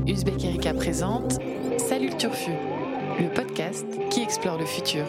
Uzbek Erika présente Salut le Turfu, le podcast qui explore le futur.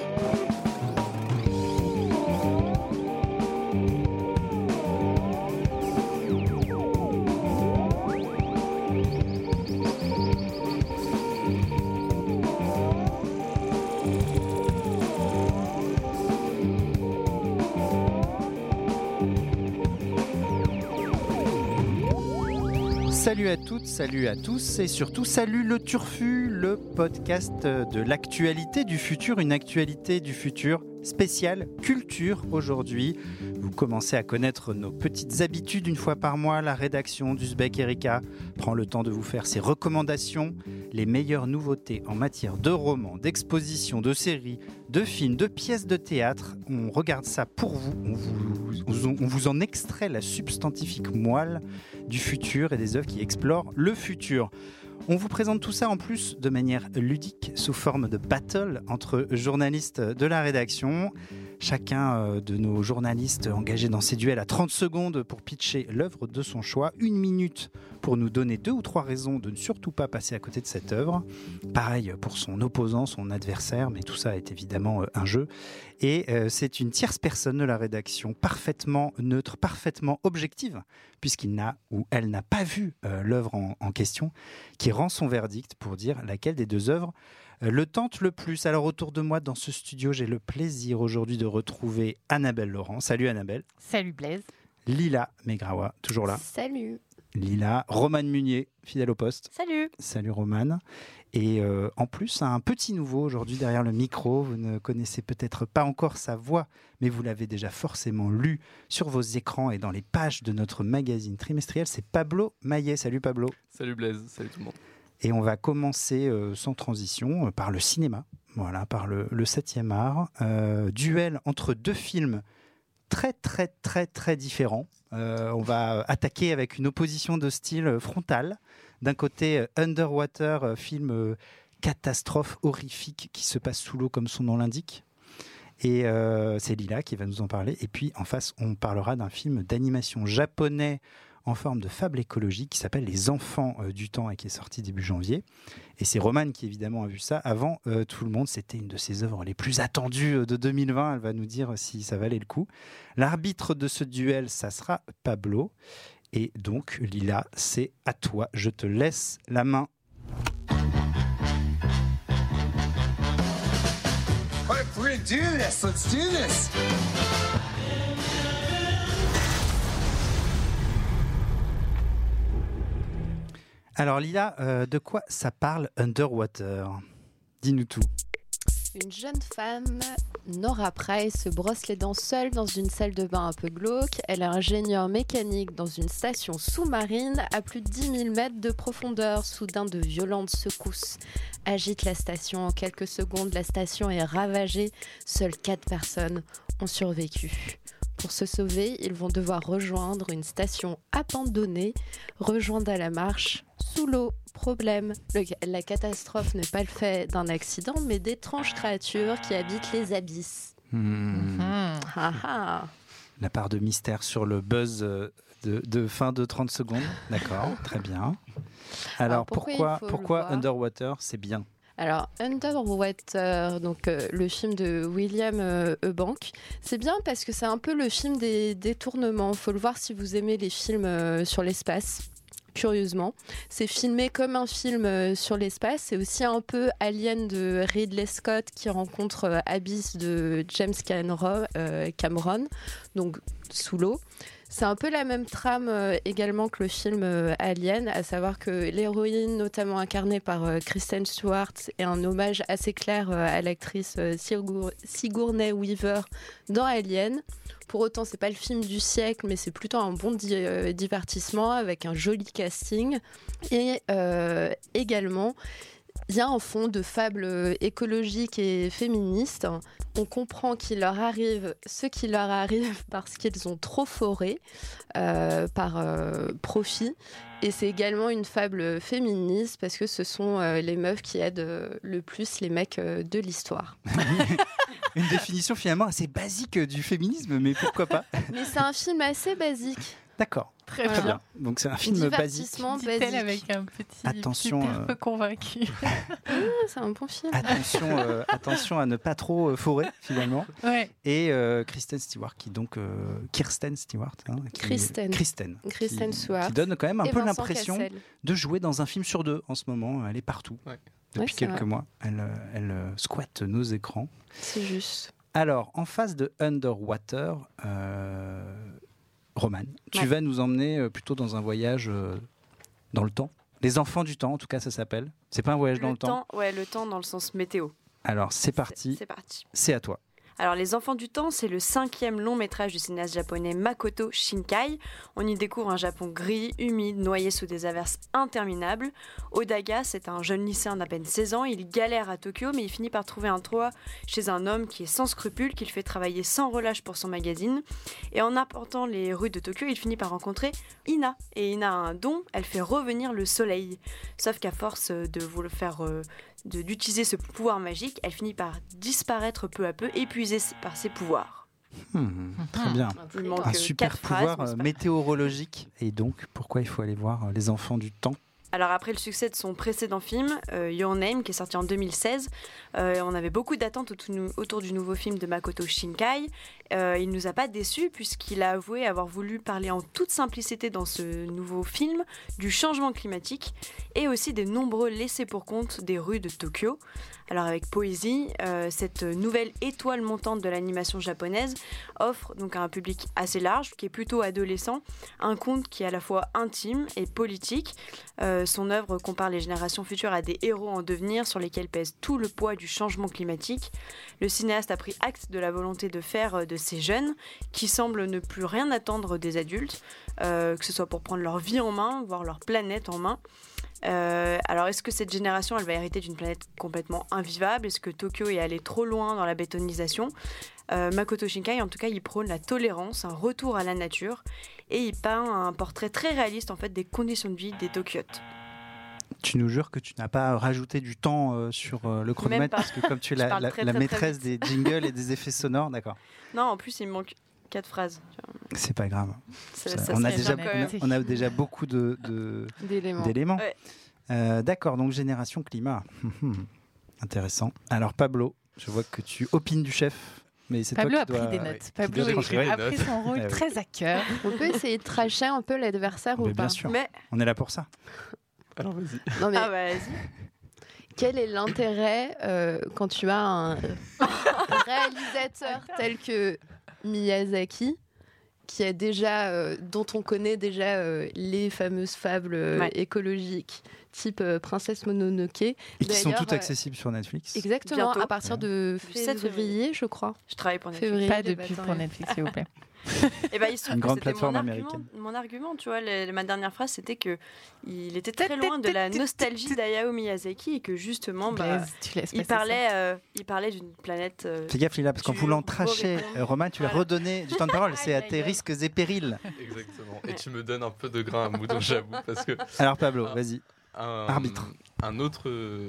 Salut à toutes, salut à tous et surtout salut le Turfu, le podcast de l'actualité du futur, une actualité du futur spéciale culture aujourd'hui. Vous commencez à connaître nos petites habitudes une fois par mois. La rédaction d'Uzbek Erika prend le temps de vous faire ses recommandations, les meilleures nouveautés en matière de romans, d'expositions, de séries, de films, de pièces de théâtre. On regarde ça pour vous, on vous en extrait la substantifique moelle du futur et des œuvres qui explorent le futur. On vous présente tout ça en plus de manière ludique, sous forme de battle entre journalistes de la rédaction. Chacun de nos journalistes engagés dans ces duels a 30 secondes pour pitcher l'œuvre de son choix, 1 minute pour nous donner 2 ou 3 raisons de ne surtout pas passer à côté de cette œuvre. Pareil pour son opposant, son adversaire, mais tout ça est évidemment un jeu. Et c'est une tierce personne de la rédaction, parfaitement neutre, parfaitement objective, puisqu'il n'a ou elle n'a pas vu l'œuvre en question, qui rend son verdict pour dire laquelle des 2 œuvres le tente le plus. Alors autour de moi dans ce studio, j'ai le plaisir aujourd'hui de retrouver Annabelle Laurent. Salut Annabelle. Salut Blaise. Lila Megrawa, toujours là. Salut. Lila, Romane Munier, fidèle au poste. Salut. Salut Romane. Et en plus, un petit nouveau aujourd'hui derrière le micro. Vous ne connaissez peut-être pas encore sa voix, mais vous l'avez déjà forcément lu sur vos écrans et dans les pages de notre magazine trimestriel. C'est Pablo Maillet. Salut Pablo. Salut Blaise, salut tout le monde. Et on va commencer sans transition par le cinéma, voilà, par le 7e art. Duel entre 2 films très différents. On va attaquer avec une opposition de style frontale. D'un côté, Underwater, film catastrophe horrifique qui se passe sous l'eau comme son nom l'indique. Et c'est Lila qui va nous en parler. Et puis en face, on parlera d'un film d'animation japonais en forme de fable écologique qui s'appelle Les Enfants du Temps et qui est sorti début janvier. Et c'est Romane qui évidemment a vu ça avant tout le monde. C'était une de ses œuvres les plus attendues de 2020. Elle va nous dire si ça valait le coup. L'arbitre de ce duel, ça sera Pablo. Et donc Lila, c'est à toi. Je te laisse la main. If we're gonna do this, let's do this. Alors Lila, de quoi ça parle Underwater ? Dis-nous tout. Une jeune femme, Nora Price, se brosse les dents seule dans une salle de bain un peu glauque. Elle est ingénieure mécanique dans une station sous-marine à plus de 10 000 mètres de profondeur. Soudain, de violentes secousses agitent la station. En quelques secondes, la station est ravagée. Seules 4 personnes ont survécu. Pour se sauver, ils vont devoir rejoindre une station abandonnée, rejoindre à la marche, sous l'eau. Problème, la catastrophe n'est pas le fait d'un accident, mais d'étranges créatures qui habitent les abysses. La part de mystère sur le buzz de fin de 30 secondes. D'accord, très bien. Alors pourquoi Underwater, c'est bien ? Alors, Underwater, donc le film de William Eubank, c'est bien parce que c'est un peu le film des détournements. Il faut le voir si vous aimez les films sur l'espace. Curieusement, c'est filmé comme un film sur l'espace. C'est aussi un peu Alien de Ridley Scott qui rencontre Abyss de James Cameron, donc sous l'eau. C'est un peu la même trame également que le film Alien, à savoir que l'héroïne, notamment incarnée par Kristen Stewart, est un hommage assez clair à l'actrice Sigourney Weaver dans Alien. Pour autant, c'est pas le film du siècle, mais c'est plutôt un bon divertissement avec un joli casting. Et également, il y a un fond de fable écologique et féministe. On comprend qu'il leur arrive ce qui leur arrive parce qu'ils ont trop foré par profit. Et c'est également une fable féministe parce que ce sont les meufs qui aident le plus les mecs de l'histoire. Une définition finalement assez basique du féminisme, mais pourquoi pas ? Mais c'est un film assez basique. D'accord. Très Très bien. bien. Donc c'est un film basique. Divertissement Dit-elle basique. avec un petit Attention, peu convaincu. C'est un bon film. Attention à ne pas trop fourrer finalement. Ouais. Et Kristen Stewart Kirsten Stewart, hein, Kristen Stewart. qui donne quand même un Et peu Vincent l'impression Cassel. de jouer dans un film sur deux en ce moment. Elle est partout. Ouais. Depuis Ouais, c'est quelques vrai. mois, elle squatte nos écrans. C'est juste. Alors, en face de Underwater, Romane, tu vas nous emmener plutôt dans un voyage dans le temps. Les enfants du temps, en tout cas, ça s'appelle. C'est pas un voyage dans le temps. Ouais, le temps dans le sens météo. Alors, c'est parti. C'est parti. C'est à toi. Alors, Les Enfants du Temps, c'est le 5e long métrage du cinéaste japonais Makoto Shinkai. On y découvre un Japon gris, humide, noyé sous des averses interminables. Odaga, c'est un jeune lycéen d'à peine 16 ans. Il galère à Tokyo, mais il finit par trouver un toit chez un homme qui est sans scrupules, qu'il fait travailler sans relâche pour son magazine. Et en arpentant les rues de Tokyo, il finit par rencontrer Ina. Et Ina a un don, elle fait revenir le soleil. Sauf qu'à force de vous le faire... d'utiliser ce pouvoir magique, elle finit par disparaître peu à peu, épuisée par ses pouvoirs. Très bien. Il manque Un super 4 phrases. pouvoir mais c'est pas météorologique. Et donc, pourquoi il faut aller voir Les Enfants du Temps? Alors après le succès de son précédent film, Your Name, qui est sorti en 2016, on avait beaucoup d'attentes autour du nouveau film de Makoto Shinkai. Il ne nous a pas déçus puisqu'il a avoué avoir voulu parler en toute simplicité dans ce nouveau film du changement climatique et aussi des nombreux laissés pour compte des rues de Tokyo. Alors avec poésie, cette nouvelle étoile montante de l'animation japonaise offre donc à un public assez large, qui est plutôt adolescent, un conte qui est à la fois intime et politique. Son œuvre compare les générations futures à des héros en devenir sur lesquels pèse tout le poids du changement climatique. Le cinéaste a pris acte de la volonté de faire de ces jeunes qui semblent ne plus rien attendre des adultes, que ce soit pour prendre leur vie en main, voire leur planète en main. Alors est-ce que cette génération elle va hériter d'une planète complètement invivable? Est-ce que Tokyo est allé trop loin dans la bétonisation? Makoto Shinkai en tout cas il prône la tolérance, un retour à la nature et il peint un portrait très réaliste en fait des conditions de vie des Tokyotes. Tu nous jures que tu n'as pas rajouté du temps sur le chronomètre, pas. parce que comme tu es Je parle très, très, maîtresse très des jingles et des effets sonores, d'accord. Non, en plus il me manque 4 phrases. C'est pas grave. Ça on, a serait déjà, bien quand même. on a déjà beaucoup d'éléments. Ouais. D'accord, donc génération climat. Intéressant. Alors Pablo, je vois que tu opines du chef, mais c'est Pablo toi a qui dois... pris des notes. qui Pablo dois trancher. a pris son rôle Ah oui. très à cœur. On peut essayer de tracher un peu l'adversaire ou Mais pas? bien sûr, Mais on est là pour ça. Alors vas-y. Non, mais ah bah vas-y. quel est l'intérêt quand tu as un réalisateur tel que Miyazaki, qui a déjà, dont on connaît déjà les fameuses fables écologiques, type Princesse Mononoke. Et qui sont D'ailleurs, toutes accessibles sur Netflix. Exactement, Bientôt. à partir de 7 février, je crois. Je travaille pour Netflix. Février, Pas les de pub bâtards. pour Netflix, s'il vous plaît. Et ben il se trouve Une que grande c'était plateforme mon argument, américaine. mon argument, tu vois, ma dernière phrase c'était que il était très loin de la nostalgie d'Hayao Miyazaki et que justement Blaise, tu laisses il parlait d'une planète Fais gaffe Lila, parce qu'en Tu voulant veux tracher répondre Romain, tu vas Voilà. redonner du temps de parole. C'est à Aïe, tes aïe, aïe. risques et périls. Exactement. Et tu me donnes un peu de grain à moudre, j'avoue, parce que Alors Pablo, vas-y. Arbitre. Un autre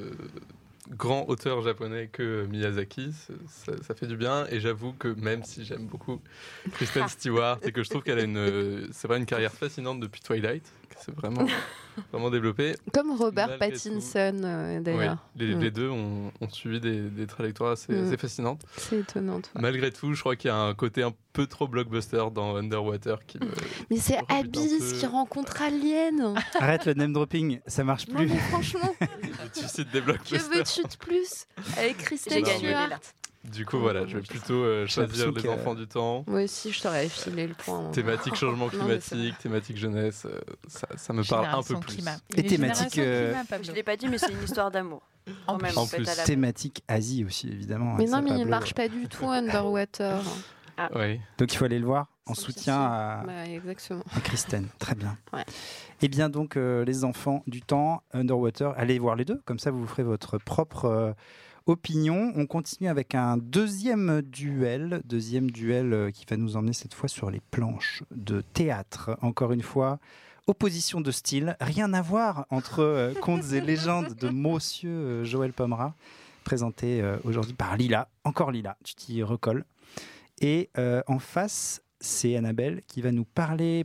grand auteur japonais que Miyazaki, ça fait du bien. Et j'avoue que même si j'aime beaucoup Kristen Stewart et que je trouve qu'elle a c'est vrai une carrière fascinante depuis Twilight, que c'est vraiment développé. Comme Robert Malgré Pattinson, d'ailleurs. Oui, les deux ont suivi des trajectoires assez fascinantes. C'est étonnant. toi. Malgré tout, je crois qu'il y a un côté un peu trop blockbuster dans Underwater qui me... Mais c'est rebute un Abyss peu. qui rencontre Alien. Arrête le name dropping, ça marche Non plus. mais franchement, Tu cites des que blockbusters. veux-tu de plus avec J'ai Kristen gagné Stewart? là. Du coup, voilà, je vais plutôt choisir l'impression Les que- Enfants du Temps. Moi aussi, je t'aurais filé le point. Thématique changement Non, mais c'est climatique, thématique jeunesse, ça me parle un peu Génération plus. climat. Et Il est thématique, génération climat, Pablo. Je l'ai pas dit mais c'est une histoire d'amour. Quand même, En fait, plus. à la- Thématique Asie aussi, évidemment. Mais avec non, ça, mais il Pablo. marche pas du tout Underwater. Oui. Donc il faut aller le voir en C'est soutien difficile. à Exactement. Kristen. Très bien. Ouais. Et bien donc, Les Enfants du Temps, Underwater, allez voir les deux. Comme ça, vous ferez votre propre opinion. On continue avec un deuxième duel qui va nous emmener cette fois sur les planches de théâtre. Encore une fois, opposition de style. Rien à voir entre contes et légendes de Monsieur Joël Pomera, présenté aujourd'hui par Lila. Encore Lila, tu t'y recolles. Et en face, c'est Annabelle qui va nous parler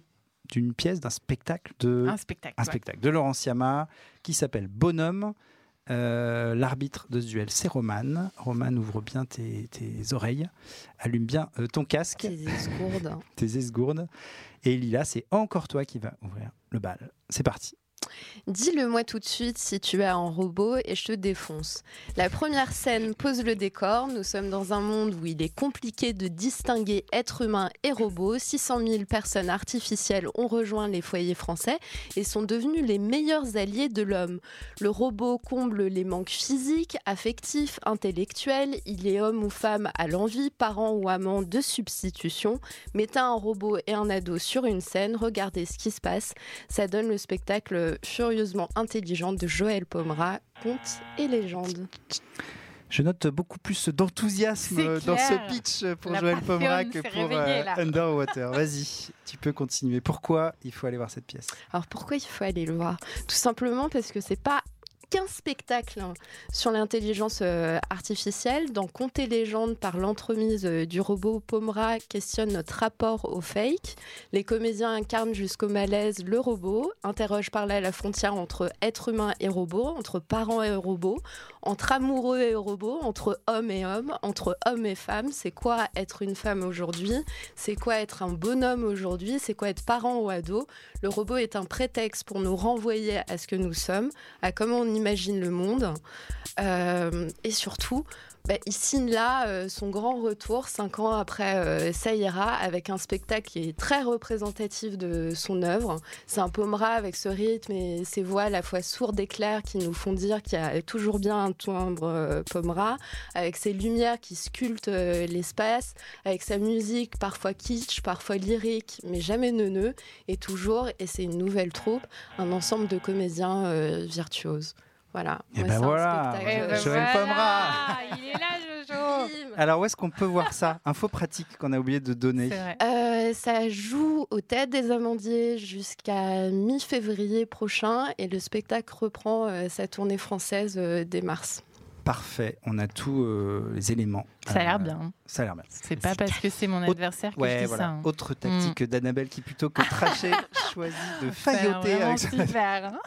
d'une pièce, d'un spectacle Un spectacle. un spectacle de Laurent Siama qui s'appelle Bonhomme. L'arbitre de ce duel, c'est Romane. Romane, ouvre bien tes oreilles, allume bien ton casque, Tes esgourdes. tes esgourdes. Et Lila, c'est encore toi qui vas ouvrir le bal. C'est parti. Dis-le-moi tout de suite si tu es un robot et je te défonce. La première scène pose le décor. Nous sommes dans un monde où il est compliqué de distinguer être humain et robot. 600 000 personnes artificielles ont rejoint les foyers français et sont devenues les meilleurs alliés de l'homme. Le robot comble les manques physiques, affectifs, intellectuels. Il est homme ou femme à l'envie, parent ou amant de substitution. Mettez un robot et un ado sur une scène, regardez ce qui se passe. Ça donne le spectacle furieusement intelligent de Joël Pomera, contes et légendes. Je note beaucoup plus d'enthousiasme C'est dans clair. ce pitch pour La Joël Pomera passion que s'est pour réveillée, là. Underwater. Vas-y, tu peux continuer. Pourquoi il faut aller voir cette pièce ? Alors pourquoi il faut aller le voir ? Tout simplement parce que c'est pas qu'un spectacle sur l'intelligence artificielle. Dans Contes et légendes, par l'entremise du robot, Pomera questionne notre rapport au fake. Les comédiens incarnent jusqu'au malaise le robot, interrogent par là la frontière entre être humain et robot, entre parents et robots, entre amoureux et robots, entre hommes et hommes, entre hommes et femmes. C'est quoi être une femme aujourd'hui ? C'est quoi être un bonhomme aujourd'hui ? C'est quoi être parent ou ado ? Le robot est un prétexte pour nous renvoyer à ce que nous sommes, à comment on imagine le monde. Et surtout, il signe là son grand retour 5 ans après Ça ira, avec un spectacle qui est très représentatif de son œuvre. C'est un Pomera avec ce rythme et ses voix à la fois sourdes et claires qui nous font dire qu'il y a toujours bien un timbre Pomera, avec ses lumières qui sculptent l'espace, avec sa musique parfois kitsch, parfois lyrique, mais jamais neuneux, et toujours, et c'est une nouvelle troupe, un ensemble de comédiens virtuoses. Voilà. Et Moi, ben c'est un voilà, spectacle. Joël Pomera. Il est là, Jojo. Alors où est-ce qu'on peut voir ça ? Info pratique qu'on a oublié de donner. C'est vrai. Ça joue au Théâtre des Amandiers jusqu'à mi-février prochain et le spectacle reprend sa tournée française dès mars. Parfait, on a tous les éléments. Ça a l'air bien. Ça a l'air bien. C'est pas parce que c'est mon adversaire que je Ouais, dis voilà. ça. hein. Autre tactique d'Annabelle qui, plutôt que tracher, choisit de failloter Vraiment avec son super, hein.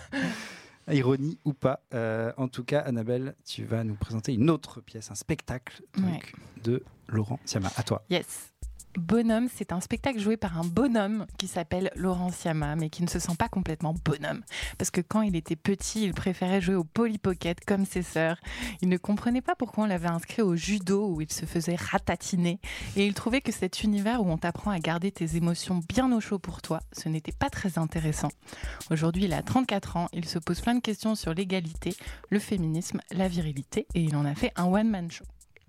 ironie ou pas. En tout cas, Annabelle, tu vas nous présenter une autre pièce, un spectacle donc, de Laurent Siama. À toi. Yes. Bonhomme, c'est un spectacle joué par un bonhomme qui s'appelle Laurent Siama, mais qui ne se sent pas complètement bonhomme. Parce que quand il était petit, il préférait jouer au Polly Pocket comme ses sœurs. Il ne comprenait pas pourquoi on l'avait inscrit au judo où il se faisait ratatiner. Et il trouvait que cet univers où on t'apprend à garder tes émotions bien au chaud pour toi, ce n'était pas très intéressant. Aujourd'hui, il a 34 ans, il se pose plein de questions sur l'égalité, le féminisme, la virilité, et il en a fait un one-man show.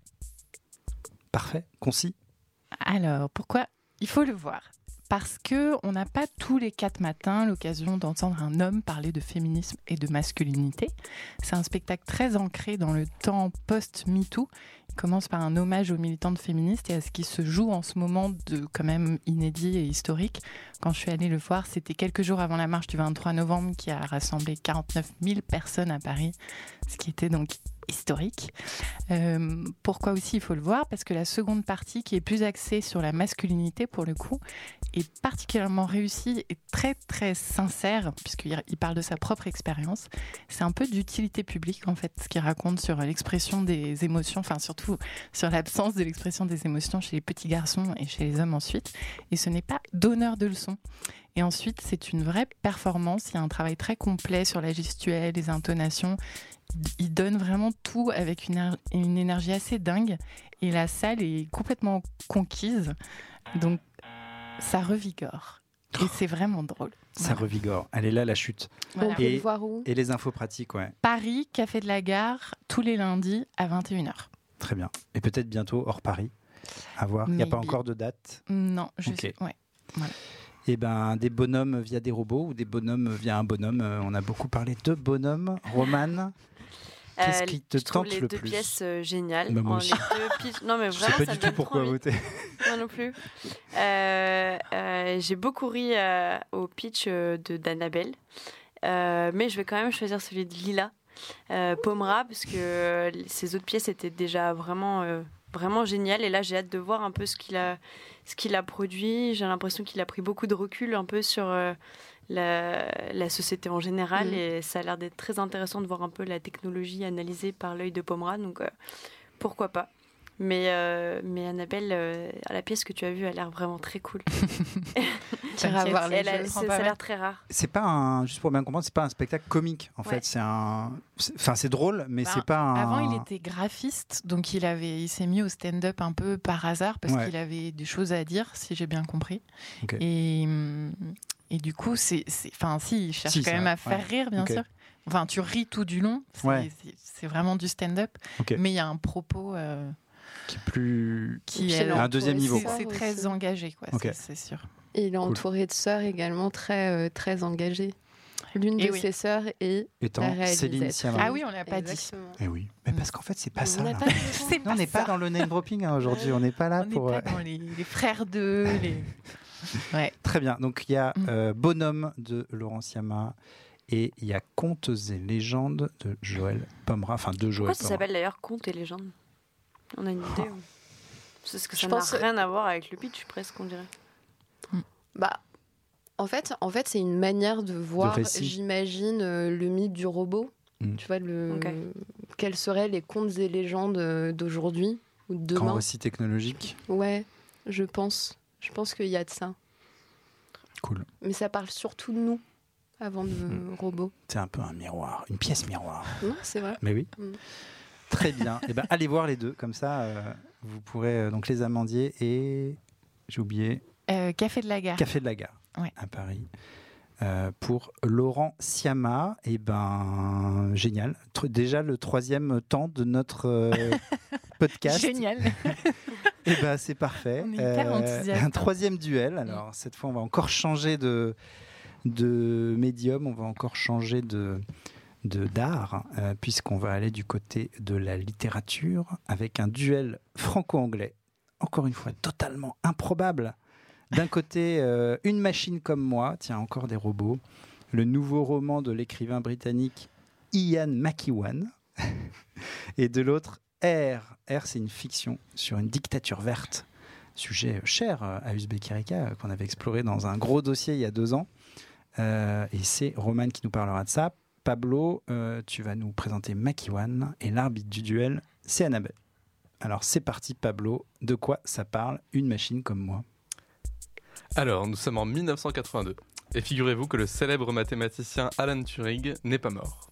Parfait, concis. Alors, pourquoi il faut le voir ? Parce qu'on n'a pas tous les 4 matins l'occasion d'entendre un homme parler de féminisme et de masculinité. C'est un spectacle très ancré dans le temps post-MeToo. Il commence par un hommage aux militantes féministes et à ce qui se joue en ce moment de quand même inédit et historique. Quand je suis allée le voir, c'était quelques jours avant la marche du 23 novembre qui a rassemblé 49 000 personnes à Paris, ce qui était donc historique. Pourquoi aussi il faut le voir ? Parce que la seconde partie, qui est plus axée sur la masculinité pour le coup, est particulièrement réussie et très très sincère, puisqu'il parle de sa propre expérience. C'est un peu d'utilité publique en fait, ce qu'il raconte sur l'expression des émotions, enfin surtout sur l'absence de l'expression des émotions chez les petits garçons et chez les hommes ensuite. Et ce n'est pas donneur de leçons. Et ensuite, c'est une vraie performance. Il y a un travail très complet sur la gestuelle, les intonations. Il donne vraiment tout avec une énergie assez dingue. Et la salle est complètement conquise. Donc, ça revigore. Et c'est vraiment drôle. Ça revigore. Elle est là, la chute. Voilà. On peut le voir où ? Et les infos pratiques, ouais. Paris, Café de la Gare, tous les lundis à 21h. Très bien. Et peut-être bientôt hors Paris. À voir. Il n'y a pas Maybe. encore de date. Non, Ok. Ouais. Voilà. Eh ben, des bonhommes via des robots ou des bonhommes via un bonhomme. On a beaucoup parlé de bonhommes. Romane, qu'est-ce qui te je trouve tente les le deux plus ? pièces géniales. Bah, moi En aussi. les deux pitchs- Non mais Je sais vraiment, pas ça du me tout donne pourquoi trop envie. voter. Moi non plus. J'ai beaucoup ri au pitch d'Annabelle, mais je vais quand même choisir celui de Lila Pomera parce que ces autres pièces étaient déjà vraiment géniales et là j'ai hâte de voir un peu ce ce qu'il a produit. J'ai l'impression qu'il a pris beaucoup de recul un peu sur la société en général et ça a l'air d'être très intéressant de voir un peu la technologie analysée par l'œil de Pomera, donc pourquoi pas. Mais Annabelle, la pièce que tu as vue a l'air vraiment très cool. Tu iras voir les jeux. Ça a l'air très rare. C'est pas juste pour bien comprendre, c'est pas un spectacle comique en fait. C'est drôle, mais c'est pas un. Avant, il était graphiste, donc il s'est mis au stand-up un peu par hasard parce qu'il avait des choses à dire, si j'ai bien compris. Okay. Et du coup, il cherche quand même à faire rire, bien sûr. Enfin, tu ris tout du long. C'est vraiment du stand-up, mais il y a un propos. Qui est un deuxième niveau. C'est très engagé, quoi. C'est sûr. Et il est entouré de sœurs également très, très engagées. L'une de ses sœurs est la Céline Sciamma. Ah oui, on l'a pas dit. Eh oui, mais parce qu'en fait, c'est pas ça. Là. On n'est pas dans le name dropping aujourd'hui. On n'est pas là pour. On n'est pas dans les frères d'eux. Très bien. Donc il y a Bonhomme de Laurent Sciamma et il y a Contes et légendes de Joël Pomera. Enfin, de Joël. Pourquoi ça s'appelle d'ailleurs Contes et légendes ? On a une idée. Parce que ça n'a rien à voir avec le pitch, presque, on dirait. En fait, c'est une manière de voir, j'imagine, le mythe du robot. Tu vois, quels seraient les contes et légendes d'aujourd'hui ou de demain. Grand récit technologique. Ouais, je pense. Je pense qu'il y a de ça. Cool. Mais ça parle surtout de nous, avant de robots. C'est un peu un miroir, une pièce miroir. Non, c'est vrai. Mais oui. Très bien. Allez voir les deux, comme ça, vous pourrez donc Les Amandiers et j'ai oublié. Café de la Gare. Café de la Gare, à Paris. Pour Laurent Sciamma, génial. Déjà le 3e temps de notre podcast. Génial. C'est parfait. On est hyper enthousiaste. Un 3e duel. Alors cette fois, on va encore changer de médium, on va encore changer d'art, puisqu'on va aller du côté de la littérature avec un duel franco-anglais, encore une fois totalement improbable. D'un côté, Une machine comme moi, tiens, encore des robots, le nouveau roman de l'écrivain britannique Ian McEwan, et de l'autre, R, c'est une fiction sur une dictature verte, sujet cher à Uzbek Erika, qu'on avait exploré dans un gros dossier il y a 2 ans, et c'est Roman qui nous parlera de ça. Pablo, tu vas nous présenter McEwan et l'arbitre du duel, c'est Annabelle. Alors c'est parti Pablo, de quoi ça parle, Une machine comme moi? Alors, nous sommes en 1982 et figurez-vous que le célèbre mathématicien Alan Turing n'est pas mort.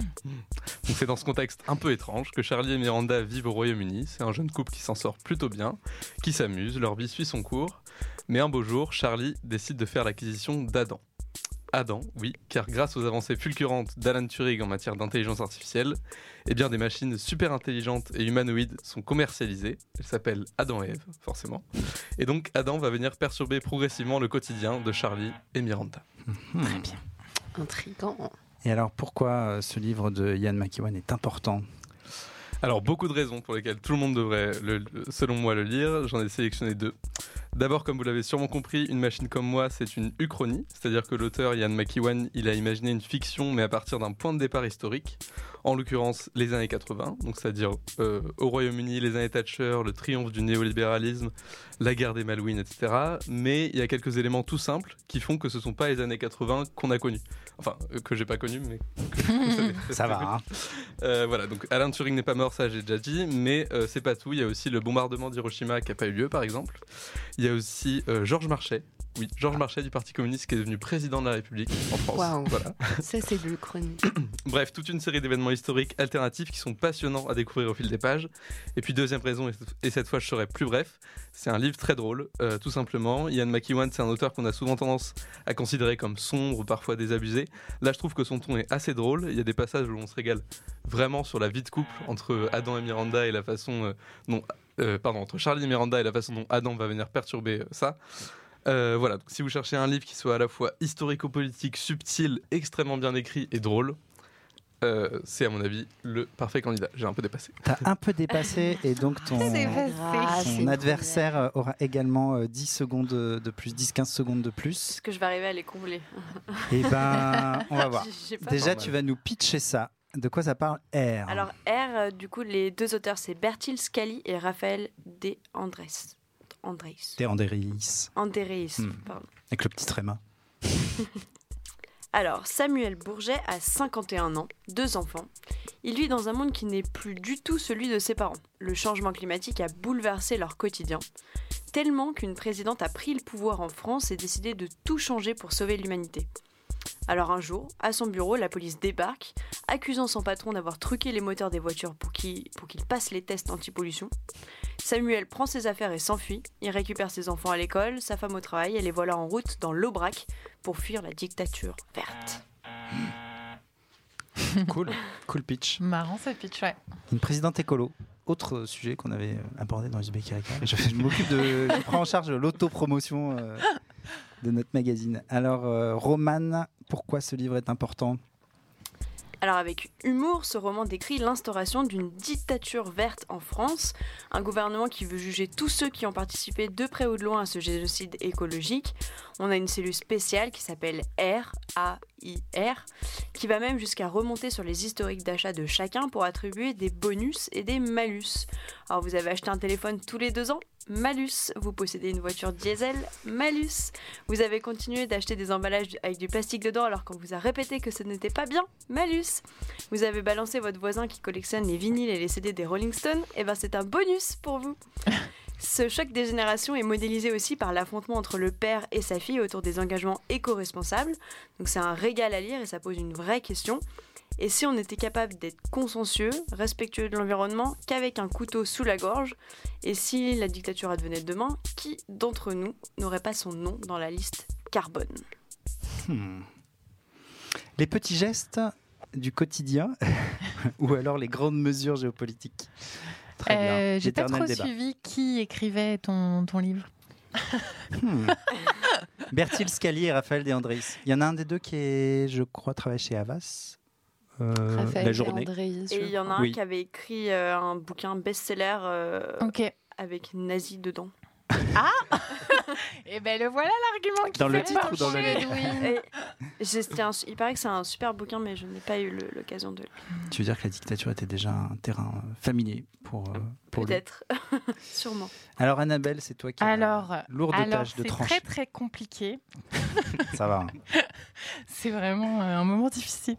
Donc c'est dans ce contexte un peu étrange que Charlie et Miranda vivent au Royaume-Uni. C'est un jeune couple qui s'en sort plutôt bien, qui s'amuse, leur vie suit son cours. Mais un beau jour, Charlie décide de faire l'acquisition d'Adam. Adam, oui, car grâce aux avancées fulgurantes d'Alan Turing en matière d'intelligence artificielle, des machines super intelligentes et humanoïdes sont commercialisées. Elles s'appellent Adam et Ève, forcément. Et donc Adam va venir perturber progressivement le quotidien de Charlie et Miranda. Très bien. Intriguant. Et alors pourquoi ce livre de Ian McEwan est important ? Alors, beaucoup de raisons pour lesquelles tout le monde devrait, selon moi, le lire. J'en ai sélectionné 2. D'abord, comme vous l'avez sûrement compris, Une machine comme moi, c'est une uchronie. C'est-à-dire que l'auteur, Ian McEwan, il a imaginé une fiction, mais à partir d'un point de départ historique. En l'occurrence, les années 80. Donc, c'est-à-dire au Royaume-Uni, les années Thatcher, le triomphe du néolibéralisme, la guerre des Malouines, etc. Mais il y a quelques éléments tout simples qui font que ce ne sont pas les années 80 qu'on a connues. Enfin, que j'ai pas connues, mais... Ça va, hein. Voilà, donc Alan Turing n'est pas mort, ça j'ai déjà dit, mais c'est pas tout. Il y a aussi le bombardement d'Hiroshima qui n'a pas eu lieu, par exemple. Il y a aussi Georges Marchais. Oui, Georges Marchais du Parti communiste qui est devenu président de la République en France. Waouh. Voilà. Ça, c'est de l'Uchronie. Bref, toute une série d'événements historiques alternatifs qui sont passionnants à découvrir au fil des pages. Et puis deuxième raison, et cette fois je serai plus bref, c'est un livre très drôle, tout simplement. Ian McEwan, c'est un auteur qu'on a souvent tendance à considérer comme sombre, parfois désabusé. Là, je trouve que son ton est assez drôle. Il y a des passages où on se régale vraiment sur la vie de couple entre Adam et Miranda et la façon entre Charlie et Miranda et la façon dont Adam va venir perturber ça. Voilà, donc si vous cherchez un livre qui soit à la fois historico-politique, subtil, extrêmement bien écrit et drôle, c'est à mon avis le parfait candidat. J'ai un peu dépassé. T'as un peu dépassé et donc ton adversaire aura également 10 secondes de plus, 10-15 secondes de plus. Est-ce que je vais arriver à les combler? Eh ben, on va voir. Déjà, tu vas nous pitcher ça. De quoi ça parle, R? Alors R, du coup, les deux auteurs, c'est Bertil Scali et Raphaël De Andreis. Andreis. Pardon. Avec le petit tréma. Alors, Samuel Bourget a 51 ans, 2 enfants. Il vit dans un monde qui n'est plus du tout celui de ses parents. Le changement climatique a bouleversé leur quotidien, tellement qu'une présidente a pris le pouvoir en France et décidé de tout changer pour sauver l'humanité. Alors un jour, à son bureau, la police débarque, accusant son patron d'avoir truqué les moteurs des voitures pour qu'il passe les tests anti-pollution. Samuel prend ses affaires et s'enfuit. Il récupère ses enfants à l'école, sa femme au travail et les voilà en route dans l'Aubrac pour fuir la dictature verte. Cool pitch. Marrant ce pitch, ouais. Une présidente écolo. Autre sujet qu'on avait abordé dans Uzbek Erika. Je prends en charge l'autopromotion de notre magazine. Alors, Romane, pourquoi ce livre est important ? Alors avec humour, ce roman décrit l'instauration d'une dictature verte en France, un gouvernement qui veut juger tous ceux qui ont participé de près ou de loin à ce génocide écologique. On a une cellule spéciale qui s'appelle RAIR, qui va même jusqu'à remonter sur les historiques d'achat de chacun pour attribuer des bonus et des malus. Alors vous avez acheté un téléphone tous les 2 ans ? Malus. Vous possédez une voiture diesel, malus. Vous avez continué d'acheter des emballages avec du plastique dedans alors qu'on vous a répété que ce n'était pas bien, malus. Vous avez balancé votre voisin qui collectionne les vinyles et les CD des Rolling Stones, et ben c'est un bonus pour vous. Ce choc des générations est modélisé aussi par l'affrontement entre le père et sa fille autour des engagements éco-responsables. Donc c'est un régal à lire et ça pose une vraie question. Et si on était capable d'être consciencieux, respectueux de l'environnement, qu'avec un couteau sous la gorge, et si la dictature advenait demain, qui d'entre nous n'aurait pas son nom dans la liste carbone ? Les petits gestes du quotidien ou alors les grandes mesures géopolitiques ? Très bien. J'ai pas trop débat. suivi qui écrivait ton livre. Bertil Scali et Raphaël De Andreis. Il y en a un des deux qui est, je crois, travaille chez Havas. Raphaël La journée. Andreis, Et il y en a un qui avait écrit un bouquin best-seller avec nazi dedans. Ah Et ben le voilà l'argument qui dans fait le titre ou dans le livre. Il paraît que c'est un super bouquin, mais je n'ai pas eu l'occasion de le lire. Tu veux dire que la dictature était déjà un terrain familier pour peut-être, sûrement. Alors Annabelle, c'est toi qui as la lourde tâche de trancher. C'est très très compliqué. Ça va. C'est vraiment un moment difficile.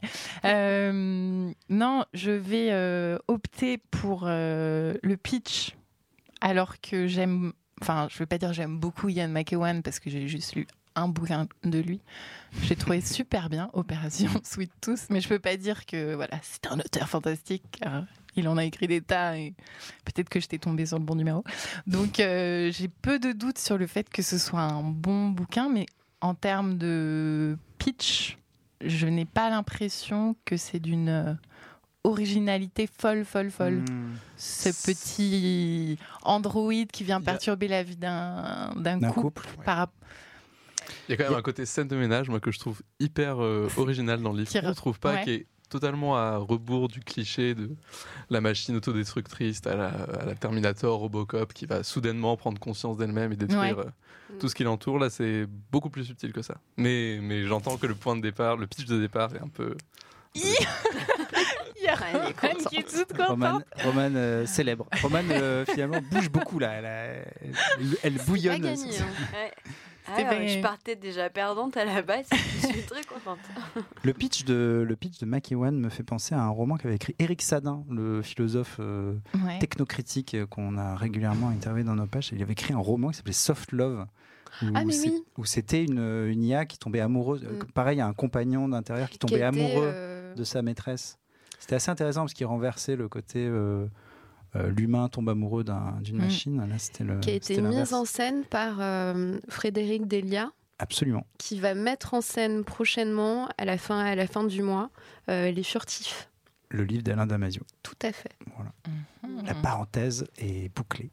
Non, je vais opter pour le pitch, alors que j'aime... Enfin, je ne veux pas dire j'aime beaucoup Ian McEwan parce que j'ai juste lu un bouquin de lui. J'ai trouvé super bien Opération Sweet Tooth, mais je ne peux pas dire que voilà, c'est un auteur fantastique. Car il en a écrit des tas et peut-être que j'étais tombée sur le bon numéro. Donc, j'ai peu de doutes sur le fait que ce soit un bon bouquin, mais en termes de pitch, je n'ai pas l'impression que c'est d'une... originalité folle. Ce petit androïde qui vient perturber la vie d'un couple. Il y a quand même un côté scène de ménage, moi, que je trouve hyper original dans le livre. On ne trouve pas, qui est totalement à rebours du cliché de la machine autodestructrice à la Terminator, Robocop, qui va soudainement prendre conscience d'elle-même et détruire tout ce qui l'entoure. Là, c'est beaucoup plus subtil que ça. Mais j'entends que le point de départ, le pitch de départ est un peu... Il y a Romane qui est toute contente. Romane célèbre. Romane finalement bouge beaucoup là. Elle bouillonne. Pas gagné, je partais déjà perdante à la base. Je suis très contente. Le pitch de McEwan me fait penser à un roman qu'avait écrit Éric Sadin, le philosophe technocritique qu'on a régulièrement interviewé dans nos pages. Il avait écrit un roman qui s'appelait Soft Love. Où c'était une IA qui tombait amoureuse. Pareil, un compagnon d'intérieur qui tombait amoureux de sa maîtresse. C'était assez intéressant parce qu'il renversait le côté l'humain tombe amoureux d'une machine. Là, qui a été mise en scène par Frédéric Delia. Absolument. Qui va mettre en scène prochainement, à la fin du mois, Les Furtifs. Le livre d'Alain Damasio. Tout à fait. Voilà. La parenthèse est bouclée.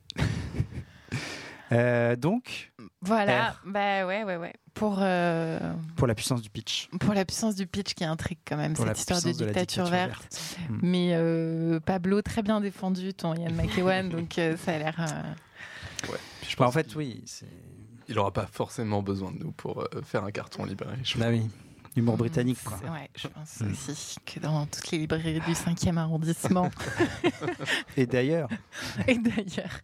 Donc voilà, ouais. Pour la puissance du pitch. Pour la puissance du pitch qui intrigue quand même cette histoire de dictature verte. Mais Pablo, très bien défendu ton Ian McEwan, donc ça a l'air. En fait, oui. Il n'aura pas forcément besoin de nous pour faire un carton libraire. Oui. Humour britannique, quoi. Ouais, je pense aussi que dans toutes les librairies du 5e arrondissement. Et d'ailleurs.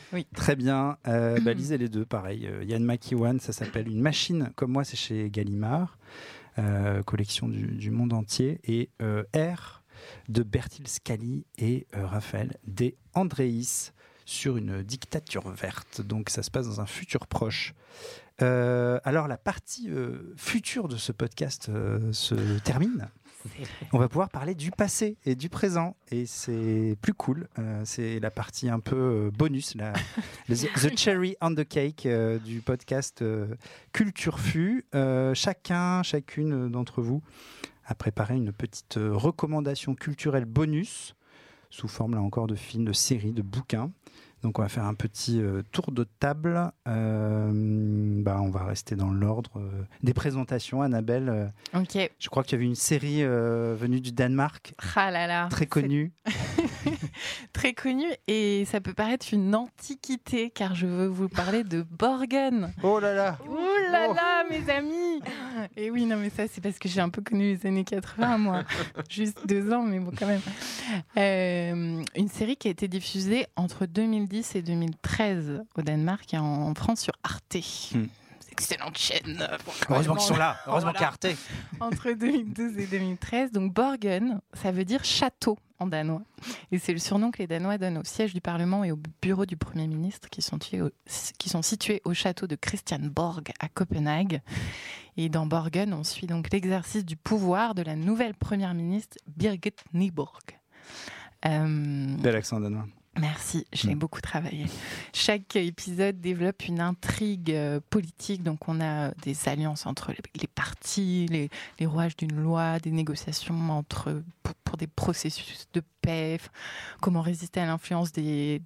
Oui. Très bien. Lisez les deux, pareil. Ian McEwan, ça s'appelle Une machine comme moi, c'est chez Gallimard, collection du monde entier. Et R de Bertil Scali et Raphaël De Andréis sur une dictature verte. Donc ça se passe dans un futur proche. Alors la partie future de ce podcast se termine. On va pouvoir parler du passé et du présent et c'est plus cool. C'est la partie un peu bonus, the cherry on the cake du podcast Culture Fu. Chacune d'entre vous a préparé une petite recommandation culturelle bonus sous forme là encore de films, de séries, de bouquins. Donc on va faire un petit tour de table. On va rester dans l'ordre des présentations. Annabelle, Ok. je crois que tu as vu une série venue du Danemark, Ah là là. très connue. Très connue et ça peut paraître une antiquité car je veux vous parler de Borgen. Oh là là. Ouh là là, mes amis. Et oui, non mais ça c'est parce que j'ai un peu connu les années 80 moi. Juste 2 ans mais bon quand même. Une série qui a été diffusée entre 2010 et 2013 au Danemark et en France sur Arte. Excellente chaîne. Heureusement qu'ils sont là. Heureusement qu'il y a Arte. Entre 2012 et 2013. Donc Borgen, ça veut dire château en danois. Et c'est le surnom que les Danois donnent au siège du Parlement et au bureau du Premier ministre qui sont situés au château de Christiansborg à Copenhague. Et dans Borgen, on suit donc l'exercice du pouvoir de la nouvelle Première ministre Birgit Nyborg. Bel accent danois. Merci, j'ai beaucoup travaillé. Chaque épisode développe une intrigue politique, donc on a des alliances entre les partis, les rouages d'une loi, des négociations pour des processus de paix, comment résister à l'influence des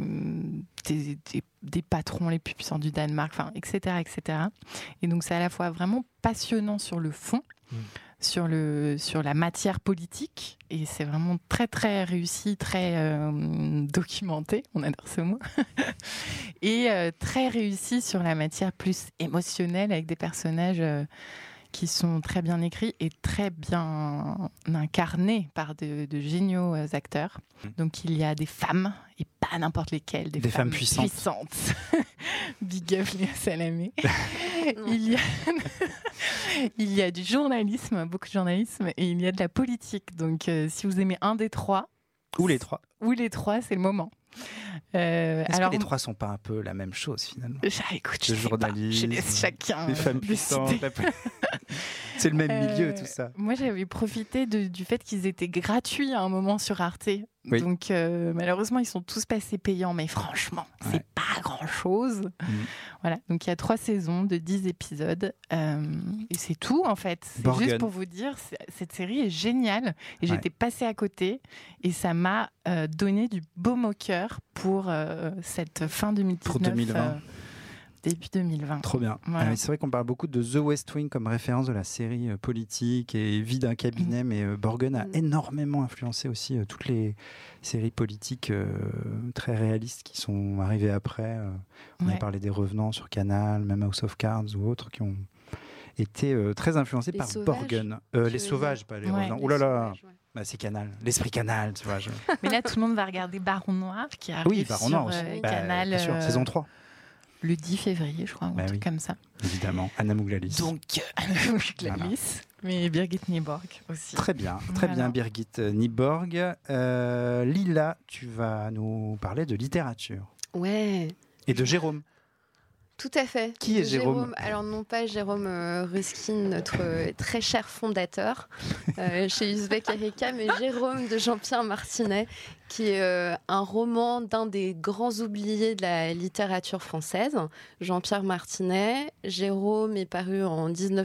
patrons les plus puissants du Danemark, etc., etc. Et donc c'est à la fois vraiment passionnant sur le fond, sur la matière politique, et c'est vraiment très très réussi, très documenté, on adore ce mot, et très réussi sur la matière plus émotionnelle avec des personnages qui sont très bien écrits et très bien incarnés par de géniaux acteurs. Donc il y a des femmes, et pas n'importe lesquelles, des femmes puissantes. Big up Léa Salamé. Il y a du journalisme, beaucoup de journalisme, et il y a de la politique. Donc si vous aimez un des trois... Ou les trois. C'est le moment. Est-ce que les trois sont pas un peu la même chose finalement? Écoute, le journalisme, je laisse chacun. les femmes puissantes, c'est le même milieu tout ça. Moi j'avais profité du fait qu'ils étaient gratuits à un moment sur Arte. Oui. Donc malheureusement ils sont tous passés payants, mais franchement c'est pas grand chose. Voilà, donc il y a 3 saisons de 10 épisodes et c'est tout en fait. C'est juste pour vous dire, cette série est géniale et j'étais passée à côté et ça m'a donné du baume au cœur pour cette fin 2019. Pour 2020. Début 2020. Trop bien. Voilà. C'est vrai qu'on parle beaucoup de The West Wing comme référence de la série politique et vie d'un cabinet, mais Borgen a énormément influencé aussi toutes les séries politiques très réalistes qui sont arrivées après. On a parlé des Revenants sur Canal, même House of Cards ou autres qui ont été très influencés par Borgen. Les Sauvages, pas les Revenants. Ouh là là. Bah, c'est Canal, l'esprit Canal, tu vois. Mais là, tout le monde va regarder Baron Noir qui arrive Baron sur Noir aussi. Canal. Bien sûr, saison 3. Le 10 février, je crois, ou un truc comme ça. Évidemment, Anna Mouglalis. Donc, Anna Mouglalis, mais Birgit Nyborg aussi. Très bien, Birgit Nyborg. Lila, tu vas nous parler de littérature. Ouais. Et de Jérôme. Tout à fait. Qui est Jérôme? Alors non pas Jérôme Ruskin, notre très cher fondateur chez Uzbek Erika, mais Jérôme de Jean-Pierre Martinet, qui est un roman d'un des grands oubliés de la littérature française. Jean-Pierre Martinet. Jérôme est paru en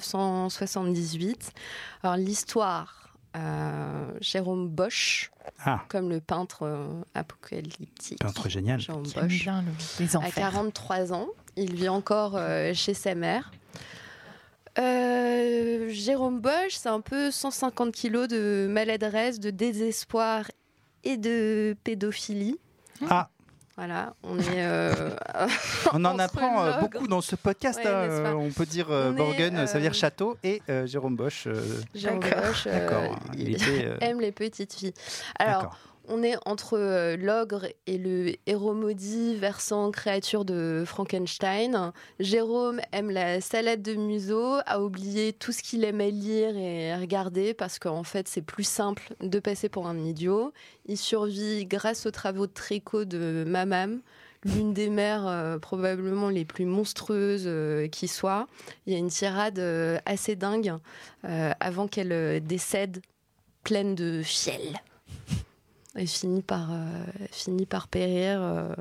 1978. Alors l'histoire, Jérôme Bosch, comme le peintre apocalyptique. Peintre génial. Jérôme Bosch, bien les enfers. à 43 ans. Il vit encore chez sa mère. Jérôme Bosch, c'est un peu 150 kilos de maladresse, de désespoir et de pédophilie. Voilà, on est... on en apprend beaucoup dans ce podcast. On peut dire Borgen, ça veut dire château, et Jérôme Bosch. Jérôme Bosch, d'accord. Il aime les petites filles. Alors, On est entre l'ogre et le héros maudit versant créature de Frankenstein. Jérôme aime la salade de museau, a oublié tout ce qu'il aimait lire et regarder parce qu'en fait c'est plus simple de passer pour un idiot. Il survit grâce aux travaux de tricot de Mamam, l'une des mères probablement les plus monstrueuses qui soit. Il y a une tirade assez dingue avant qu'elle décède pleine de fiel. Elle finit par périr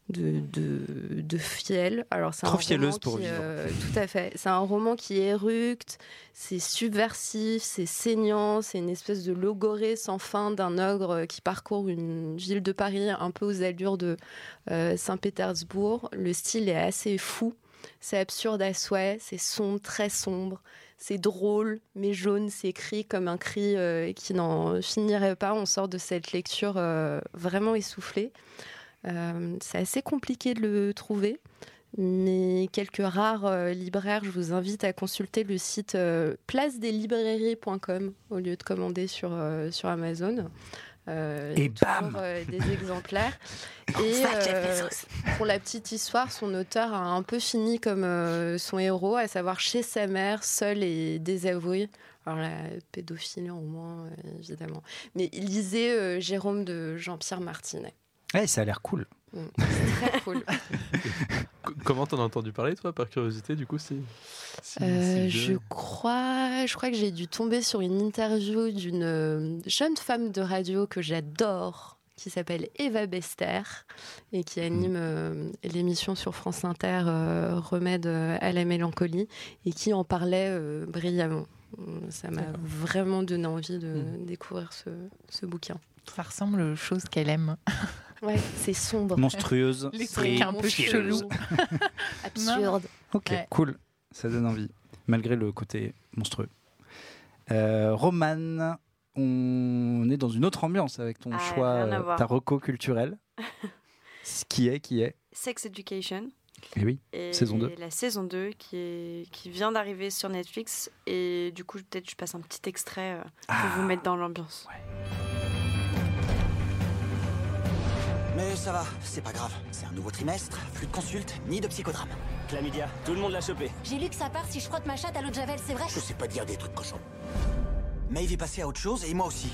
de fiel. Alors, c'est trop un fielleuse roman pour qui, vivre. tout à fait. C'est un roman qui éructe, c'est subversif, c'est saignant, c'est une espèce de logorée sans fin d'un ogre qui parcourt une ville de Paris un peu aux allures de Saint-Pétersbourg. Le style est assez fou, c'est absurde à souhait, c'est sombre, très sombre. C'est drôle, mais jaune, c'est écrit comme un cri qui n'en finirait pas. On sort de cette lecture vraiment essoufflée. C'est assez compliqué de le trouver, mais quelques rares libraires, je vous invite à consulter le site placedeslibrairies.com au lieu de commander sur Amazon. Et toujours, bam des exemplaires. Et pour la petite histoire, son auteur a un peu fini comme son héros, à savoir chez sa mère, seul et désavoué. Alors la pédophilie en moins, évidemment. Mais il lisait Jérôme de Jean-Pierre Martinet. Ouais, ça a l'air cool. C'est très cool. Comment t'en as entendu parler, toi, par curiosité, du coup, je crois que j'ai dû tomber sur une interview d'une jeune femme de radio que j'adore, qui s'appelle Eva Bester et qui anime l'émission sur France Inter Remède à la mélancolie et qui en parlait brillamment. Ça m'a vraiment donné envie de découvrir ce bouquin. Ça ressemble aux choses qu'elle aime. Ouais, c'est sombre. Monstrueuse. Les trucs un peu chelous. Absurde. Ok, Ouais. cool. Ça donne envie, malgré le côté monstrueux. Romane, on est dans une autre ambiance avec ton choix, rien à voir. ta reco culturelle. Qui est Sex Education. Eh oui, Et saison 2. la saison 2 qui vient d'arriver sur Netflix. Et du coup, peut-être je passe un petit extrait pour vous mettre dans l'ambiance. Mais ça va, c'est pas grave. C'est un nouveau trimestre, plus de consultes, ni de psychodrame. Chlamydia, tout le monde l'a chopé. J'ai lu que ça part si je frotte ma chatte à l'eau de Javel, c'est vrai? Je sais pas dire des trucs cochons. Maeve est passée à autre chose et moi aussi.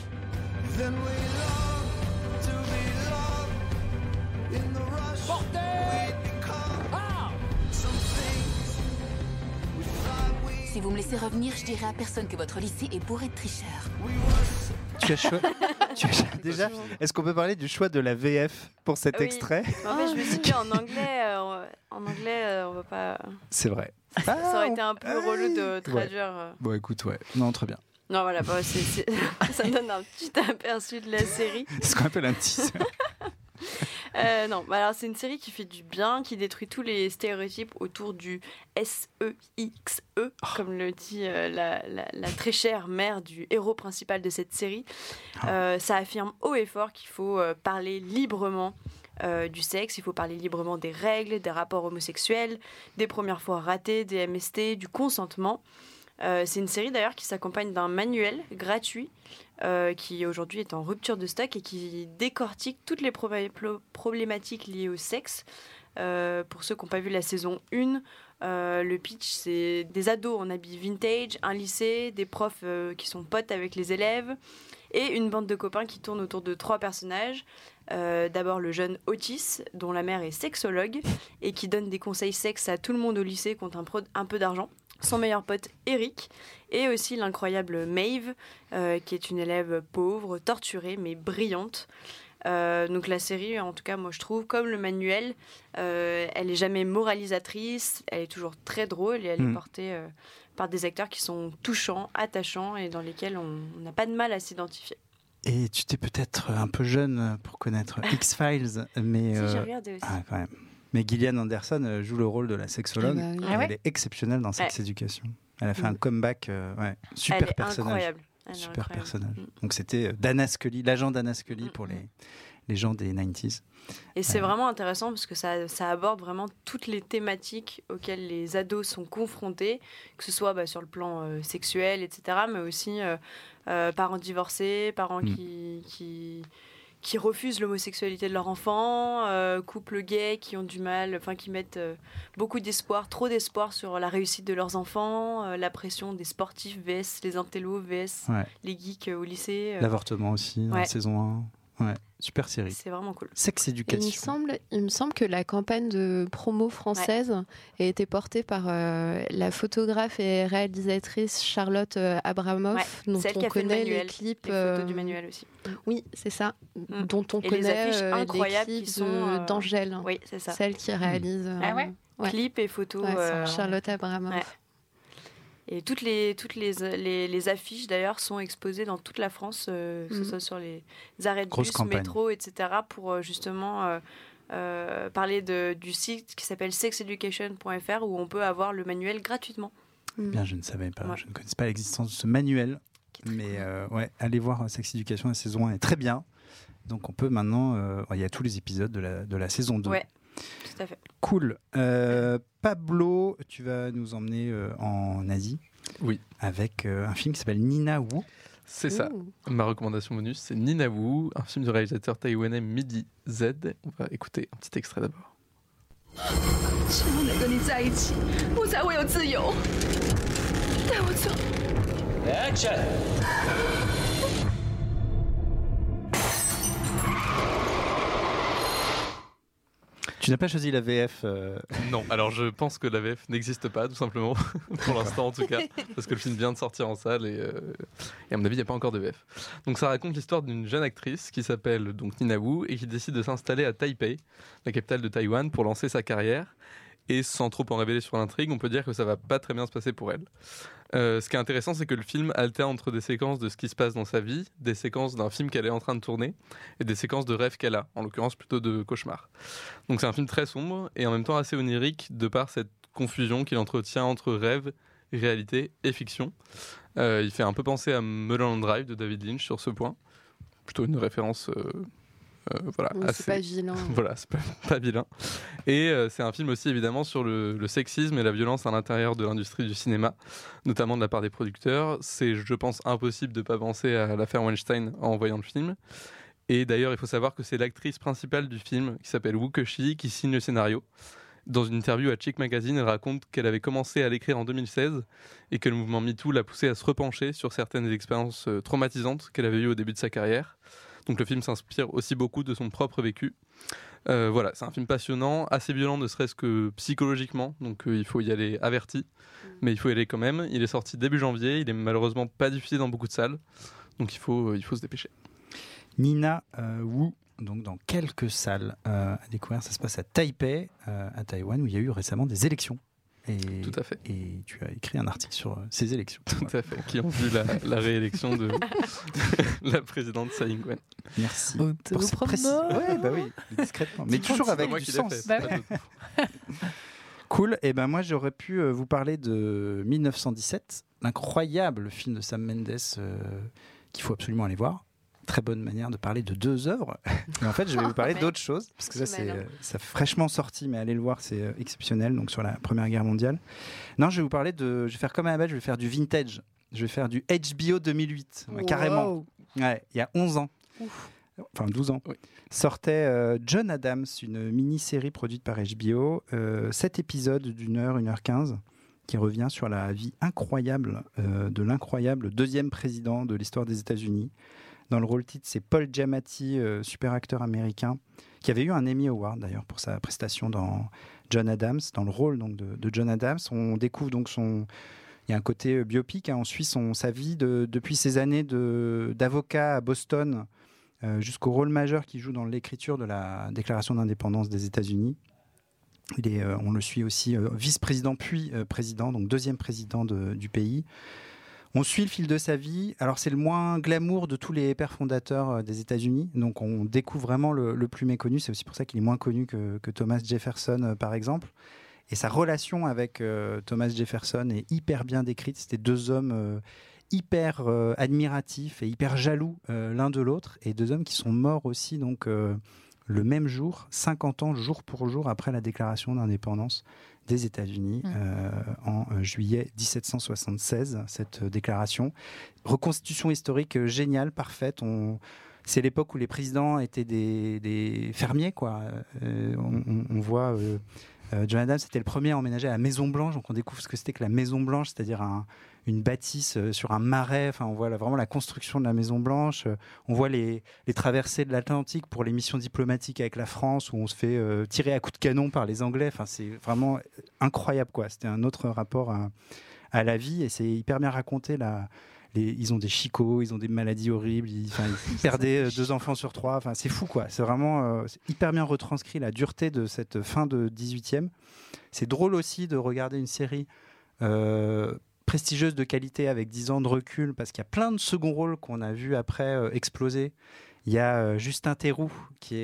Si vous me laissez revenir, je dirai à personne que votre lycée est bourré de tricheurs. Tu as déjà. Est-ce qu'on peut parler du choix de la VF pour cet Oui. extrait? En fait, je me suis dit en anglais, on va pas. C'est vrai. Ça aurait été un peu relou de traduire. Bon, écoute, ouais. Non, très bien. Non, voilà, bah, ça me donne un petit aperçu de la série. C'est ce qu'on appelle un teaser. Non, bah alors c'est une série qui fait du bien, qui détruit tous les stéréotypes autour du SEXE, comme le dit la très chère mère du héros principal de cette série. Ça affirme haut et fort qu'il faut parler librement du sexe, il faut parler librement des règles, des rapports homosexuels, des premières fois ratées, des MST, du consentement. C'est une série d'ailleurs qui s'accompagne d'un manuel gratuit qui aujourd'hui est en rupture de stock et qui décortique toutes les problématiques liées au sexe. Pour ceux qui n'ont pas vu la saison 1, le pitch c'est des ados en habits vintage, un lycée, des profs qui sont potes avec les élèves et une bande de copains qui tourne autour de 3 personnages. D'abord le jeune Otis, dont la mère est sexologue et qui donne des conseils sexe à tout le monde au lycée contre un peu d'argent. Son meilleur pote Eric et aussi l'incroyable Maeve, qui est une élève pauvre, torturée mais brillante. Donc la série, en tout cas moi je trouve, comme le manuel, elle est jamais moralisatrice, elle est toujours très drôle et elle est portée par des acteurs qui sont touchants, attachants et dans lesquels on n'a pas de mal à s'identifier. Et tu t'es peut-être un peu jeune pour connaître X-Files, mais Si, j'ai regardé aussi. quand même. Mais Gillian Anderson joue le rôle de la sexologue. Ah bah oui. Et Ah ouais elle est exceptionnelle dans Sex Education. Elle a fait un comeback, super Elle est personnage. incroyable. Elle est Super incroyable. personnage. Donc c'était Dana Scully, l'agent Dana Scully pour les gens des 90s. Et c'est vraiment intéressant parce que ça aborde vraiment toutes les thématiques auxquelles les ados sont confrontés, que ce soit sur le plan sexuel, etc., mais aussi parents divorcés, parents qui qui refusent l'homosexualité de leur enfant, couples gays qui ont du mal, enfin qui mettent beaucoup d'espoir, trop d'espoir sur la réussite de leurs enfants, la pression des sportifs vs les intellos vs les geeks au lycée. L'avortement aussi, dans la saison 1. Ouais, super série. C'est vraiment cool. Sex Education. Il me semble que la campagne de promo française a été portée par la photographe et réalisatrice Charlotte Abramoff, dont celle on qui a fait connaît le manuel, les clips. les photos du manuel aussi. Oui, c'est ça. Dont on et connaît les affiches incroyables les clips qui sont d'Angèle. Oui, c'est ça. Celle qui réalise. Clips et photos. Charlotte Abramoff. Ouais. Et toutes les affiches d'ailleurs sont exposées dans toute la France, que ce soit sur les arrêts de bus, métro, etc. pour justement parler du site qui s'appelle sexeducation.fr où on peut avoir le manuel gratuitement. Bien, je ne savais pas, je ne connaissais pas l'existence de ce manuel. Mais allez voir Sex Education, la saison 1 est très bien. Donc on peut maintenant, il y a tous les épisodes de la saison 2. Ouais. Tout à fait. Cool. Pablo, tu vas nous emmener en Asie. Oui. Avec un film qui s'appelle Nina Wu. C'est ça. Ma recommandation bonus, c'est Nina Wu, un film du réalisateur taïwanais Midi Z. On va écouter un petit extrait d'abord. Action! Tu n'as pas choisi la VF Non, alors je pense que la VF n'existe pas, tout simplement, pour l'instant en tout cas, parce que le film vient de sortir en salle et à mon avis, il n'y a pas encore de VF. Donc ça raconte l'histoire d'une jeune actrice qui s'appelle donc Nina Wu et qui décide de s'installer à Taipei, la capitale de Taïwan, pour lancer sa carrière. Et sans trop en révéler sur l'intrigue, on peut dire que ça va pas très bien se passer pour elle. Ce qui est intéressant, c'est que le film alterne entre des séquences de ce qui se passe dans sa vie, des séquences d'un film qu'elle est en train de tourner, et des séquences de rêves qu'elle a, en l'occurrence plutôt de cauchemars. Donc c'est un film très sombre, et en même temps assez onirique, de par cette confusion qu'il entretient entre rêve, réalité et fiction. Il fait un peu penser à Mulholland Drive de David Lynch sur ce point. Plutôt une référence... voilà, oui, c'est pas vilain. Voilà, c'est pas vilain. Et c'est un film aussi évidemment sur le sexisme et la violence à l'intérieur de l'industrie du cinéma, notamment de la part des producteurs. C'est, je pense, impossible de ne pas penser à l'affaire Weinstein en voyant le film. Et d'ailleurs, il faut savoir que c'est l'actrice principale du film, qui s'appelle Woo Ke-shi, qui signe le scénario. Dans une interview à Chick Magazine, elle raconte qu'elle avait commencé à l'écrire en 2016 et que le mouvement MeToo l'a poussée à se repencher sur certaines expériences traumatisantes qu'elle avait eues au début de sa carrière. Donc le film s'inspire aussi beaucoup de son propre vécu. Voilà, c'est un film passionnant, assez violent, ne serait-ce que psychologiquement. Donc il faut y aller averti, mais il faut y aller quand même. Il est sorti début janvier, il est malheureusement pas diffusé dans beaucoup de salles. Donc il faut se dépêcher. Nina Wu, donc dans quelques salles à découvrir. Ça se passe à Taipei, à Taïwan, où il y a eu récemment des élections. Tout à fait. Et tu as écrit un article sur ces élections. Tout à fait, qui ont vu la réélection de la présidente Tsai Ing-wen. Merci pour cette précision. Oui, discrètement. Mais toujours avec du sens. Cool. Et ben moi, j'aurais pu vous parler de 1917, l'incroyable film de Sam Mendes qu'il faut absolument aller voir. Très bonne manière de parler de deux œuvres. Mais en fait, je vais vous parler d'autre chose, parce que ça fraîchement sorti, mais allez le voir, c'est exceptionnel, donc sur la Première Guerre mondiale. Non, je vais vous parler je vais faire comme à la base, je vais faire du vintage. Je vais faire du HBO 2008, carrément. Ouais, il y a 11 ans. Ouf. Enfin 12 ans. Oui. Sortait John Adams, une mini-série produite par HBO, 7 épisodes d'1h, 1h15, qui revient sur la vie incroyable de l'incroyable deuxième président de l'histoire des États-Unis. Dans le rôle titre, c'est Paul Giamatti, super acteur américain, qui avait eu un Emmy Award d'ailleurs pour sa prestation dans John Adams, dans le rôle donc, de John Adams. On découvre donc il y a un côté biopic, on suit sa vie depuis ses années d'avocat à Boston jusqu'au rôle majeur qu'il joue dans l'écriture de la Déclaration d'indépendance des États-Unis. On le suit aussi vice-président puis président, donc deuxième président du pays. On suit le fil de sa vie. Alors, c'est le moins glamour de tous les pères fondateurs des États-Unis. Donc, on découvre vraiment le plus méconnu. C'est aussi pour ça qu'il est moins connu que Thomas Jefferson, par exemple. Et sa relation avec Thomas Jefferson est hyper bien décrite. C'était deux hommes hyper admiratifs et hyper jaloux l'un de l'autre. Et deux hommes qui sont morts aussi, donc, le même jour, 50 ans, jour pour jour, après la déclaration d'indépendance des États-Unis en juillet 1776, cette déclaration. Reconstitution historique géniale, parfaite. c'est l'époque où les présidents étaient des fermiers, quoi. On voit John Adams, c'était le premier à emménager à la Maison Blanche, donc on découvre ce que c'était que la Maison Blanche, c'est-à-dire une bâtisse sur un marais. Enfin, on voit vraiment la construction de la Maison Blanche. On voit les traversées de l'Atlantique pour les missions diplomatiques avec la France, où on se fait tirer à coups de canon par les Anglais. Enfin, c'est vraiment incroyable, quoi. C'était un autre rapport à la vie, et c'est hyper bien raconté. Ils ont des chicots, ils ont des maladies horribles, ils perdaient 2 enfants sur 3. Enfin, c'est fou, quoi. C'est vraiment c'est hyper bien retranscrit la dureté de cette fin de 18e. C'est drôle aussi de regarder une série prestigieuse de qualité avec 10 ans de recul, parce qu'il y a plein de seconds rôles qu'on a vu après exploser. Il y a Justin Theroux qui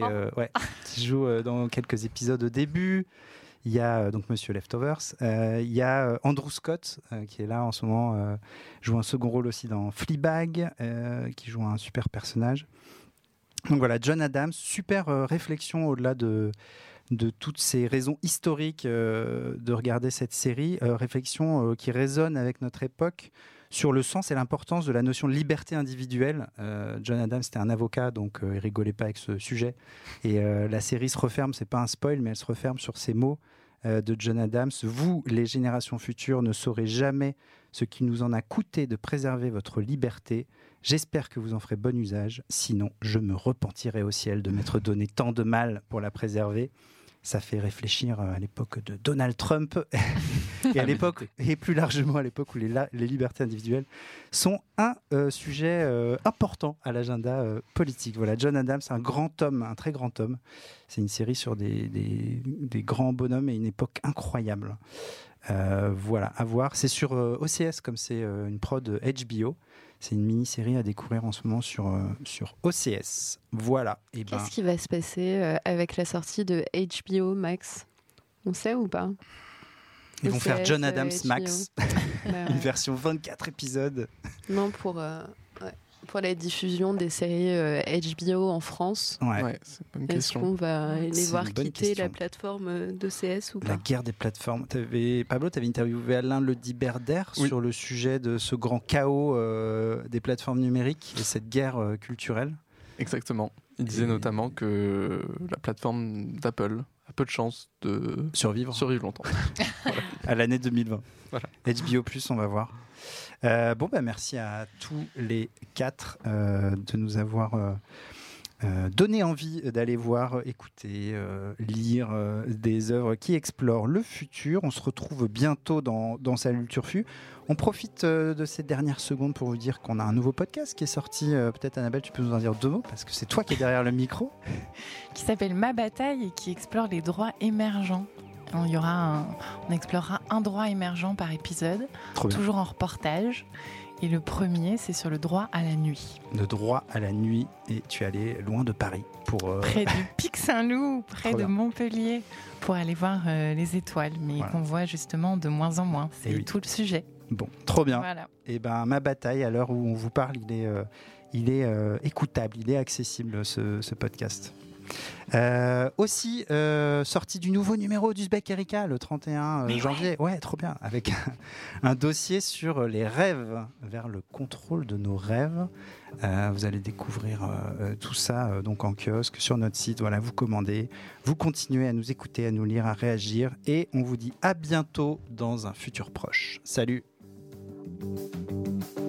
joue dans quelques épisodes au début. Il y a donc Monsieur Leftovers. Il y a Andrew Scott qui est là en ce moment, joue un second rôle aussi dans Fleabag, qui joue un super personnage. Donc voilà, John Adams, super réflexion au-delà de toutes ces raisons historiques de regarder cette série, réflexion qui résonne avec notre époque sur le sens et l'importance de la notion de liberté individuelle. John Adams, c'était un avocat, donc il rigolait pas avec ce sujet. Et la série se referme, c'est pas un spoil, mais elle se referme sur ces mots de John Adams. Vous, les générations futures, ne saurez jamais ce qui nous en a coûté de préserver votre liberté. J'espère que vous en ferez bon usage. Sinon, je me repentirai au ciel de m'être donné tant de mal pour la préserver. Ça fait réfléchir à l'époque de Donald Trump et à l'époque, et plus largement à l'époque où les libertés individuelles sont un sujet important à l'agenda politique. Voilà, John Adams, un grand homme, un très grand homme. C'est une série sur des grands bonhommes et une époque incroyable. Voilà, à voir. C'est sur OCS, comme c'est une prod HBO. C'est une mini-série à découvrir en ce moment sur OCS. Voilà. Qu'est-ce qui va se passer avec la sortie de HBO Max ? On sait ou pas ? Ils vont faire John Adams HBO. Max, une version 24 épisodes. Non, pour la diffusion des séries HBO en France. Ouais, c'est une bonne question. Est-ce qu'on va les C'est voir une bonne quitter question. la plateforme d'OCS ou pas ? La guerre des plateformes. Pablo, tu avais interviewé Alain Lediberder sur le sujet de ce grand chaos des plateformes numériques et cette guerre culturelle. Exactement. Il disait notamment que la plateforme d'Apple a peu de chances de survivre longtemps. Voilà. À l'année 2020. Voilà. HBO+, on va voir. Merci à tous les 4 de nous avoir donné envie d'aller voir, écouter, lire des œuvres qui explorent le futur. On se retrouve bientôt dans Salut le Turfu. On profite de ces dernières secondes pour vous dire qu'on a un nouveau podcast qui est sorti. Peut-être Annabelle, tu peux nous en dire 2 mots parce que c'est toi qui es derrière le micro. Qui s'appelle Ma Bataille et qui explore les droits émergents. On explorera un droit émergent par épisode, toujours en reportage. Et le premier, c'est sur le droit à la nuit. Le droit à la nuit, et tu es allé loin de Paris pour... Près du Pic Saint-Loup, près de Montpellier, pour aller voir les étoiles, mais qu'on voit justement de moins en moins. C'est tout le sujet. Bon, trop bien. Voilà. Et Ma Bataille, à l'heure où on vous parle, il est écoutable, il est accessible, ce podcast. Aussi sortie du nouveau numéro d'Uzbek Erika le 31 janvier. Ouais, trop bien. Avec un dossier sur les rêves, vers le contrôle de nos rêves. Vous allez découvrir tout ça donc en kiosque, sur notre site. Voilà, vous commandez, vous continuez à nous écouter, à nous lire, à réagir. Et on vous dit à bientôt dans un futur proche. Salut.